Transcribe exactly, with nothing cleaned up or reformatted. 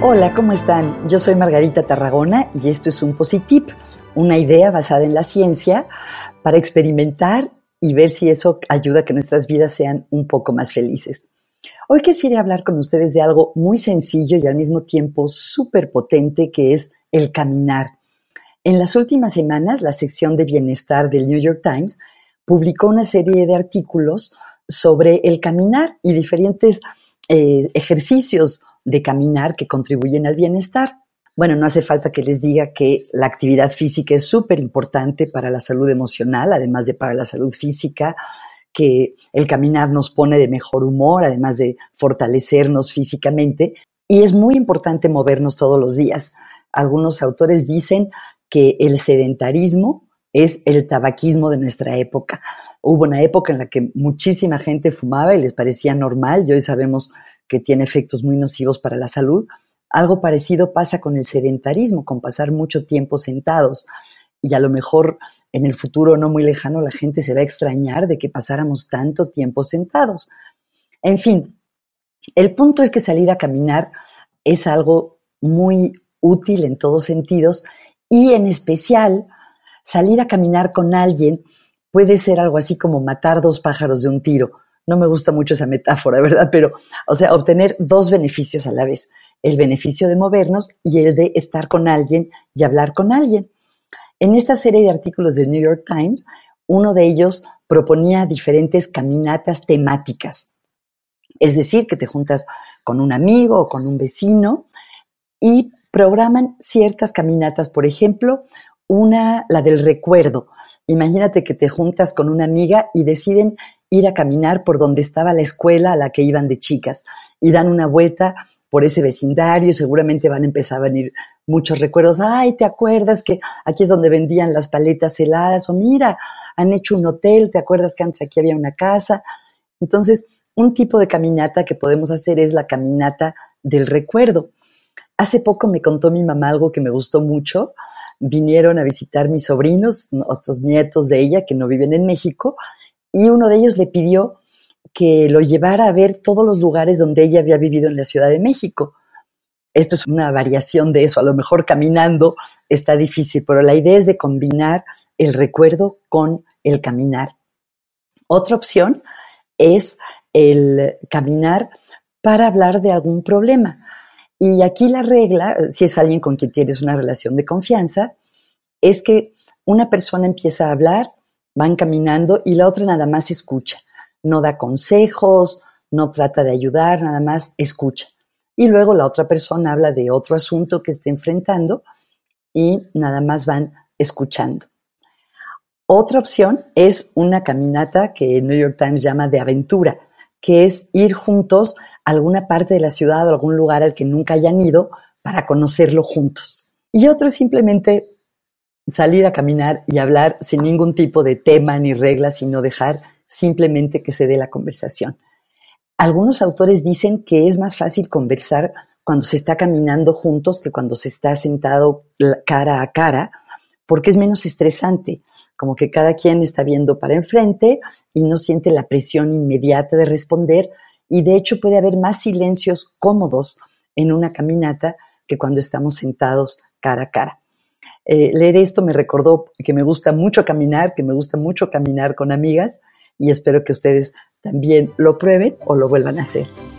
Hola, ¿cómo están? Yo soy Margarita Tarragona y esto es un Positip, una idea basada en la ciencia para experimentar y ver si eso ayuda a que nuestras vidas sean un poco más felices. Hoy quisiera hablar con ustedes de algo muy sencillo y al mismo tiempo súper potente, que es el caminar. En las últimas semanas, la sección de bienestar del New York Times publicó una serie de artículos sobre el caminar y diferentes eh, ejercicios de caminar que contribuyen al bienestar. Bueno, no hace falta que les diga que la actividad física es súper importante para la salud emocional, además de para la salud física, que el caminar nos pone de mejor humor, además de fortalecernos físicamente, y es muy importante movernos todos los días. Algunos autores dicen que el sedentarismo es el tabaquismo de nuestra época. Hubo una época en la que muchísima gente fumaba y les parecía normal, y hoy sabemos que tiene efectos muy nocivos para la salud. Algo parecido pasa con el sedentarismo, con pasar mucho tiempo sentados. Y a lo mejor en el futuro no muy lejano la gente se va a extrañar de que pasáramos tanto tiempo sentados. En fin, el punto es que salir a caminar es algo muy útil en todos sentidos, y en especial salir a caminar con alguien puede ser algo así como matar dos pájaros de un tiro. No me gusta mucho esa metáfora, ¿verdad? Pero, o sea, obtener dos beneficios a la vez. El beneficio de movernos y el de estar con alguien y hablar con alguien. En esta serie de artículos del New York Times, uno de ellos proponía diferentes caminatas temáticas. Es decir, que te juntas con un amigo o con un vecino y programan ciertas caminatas. Por ejemplo, una, la del recuerdo. Imagínate que te juntas con una amiga y deciden ir a caminar por donde estaba la escuela a la que iban de chicas y dan una vuelta por ese vecindario y seguramente van a empezar a venir muchos recuerdos. Ay, ¿te acuerdas que aquí es donde vendían las paletas heladas? O mira, han hecho un hotel, ¿te acuerdas que antes aquí había una casa? Entonces, un tipo de caminata que podemos hacer es la caminata del recuerdo. Hace poco me contó mi mamá algo que me gustó mucho. Vinieron a visitar mis sobrinos, otros nietos de ella que no viven en México, y uno de ellos le pidió que lo llevara a ver todos los lugares donde ella había vivido en la Ciudad de México. Esto es una variación de eso, a lo mejor caminando está difícil, pero la idea es de combinar el recuerdo con el caminar. Otra opción es el caminar para hablar de algún problema. Y aquí la regla, si es alguien con quien tienes una relación de confianza, es que una persona empieza a hablar, van caminando y la otra nada más escucha. No da consejos, no trata de ayudar, nada más escucha. Y luego la otra persona habla de otro asunto que esté enfrentando y nada más van escuchando. Otra opción es una caminata que el New York Times llama de aventura, que es ir juntos a alguna parte de la ciudad o algún lugar al que nunca hayan ido para conocerlo juntos. Y otro es simplemente salir a caminar y hablar sin ningún tipo de tema ni regla, sino dejar simplemente que se dé la conversación. Algunos autores dicen que es más fácil conversar cuando se está caminando juntos que cuando se está sentado cara a cara, porque es menos estresante, como que cada quien está viendo para enfrente y no siente la presión inmediata de responder, y de hecho puede haber más silencios cómodos en una caminata que cuando estamos sentados cara a cara. Eh, leer esto me recordó que me gusta mucho caminar, que me gusta mucho caminar con amigas, y espero que ustedes también lo prueben o lo vuelvan a hacer.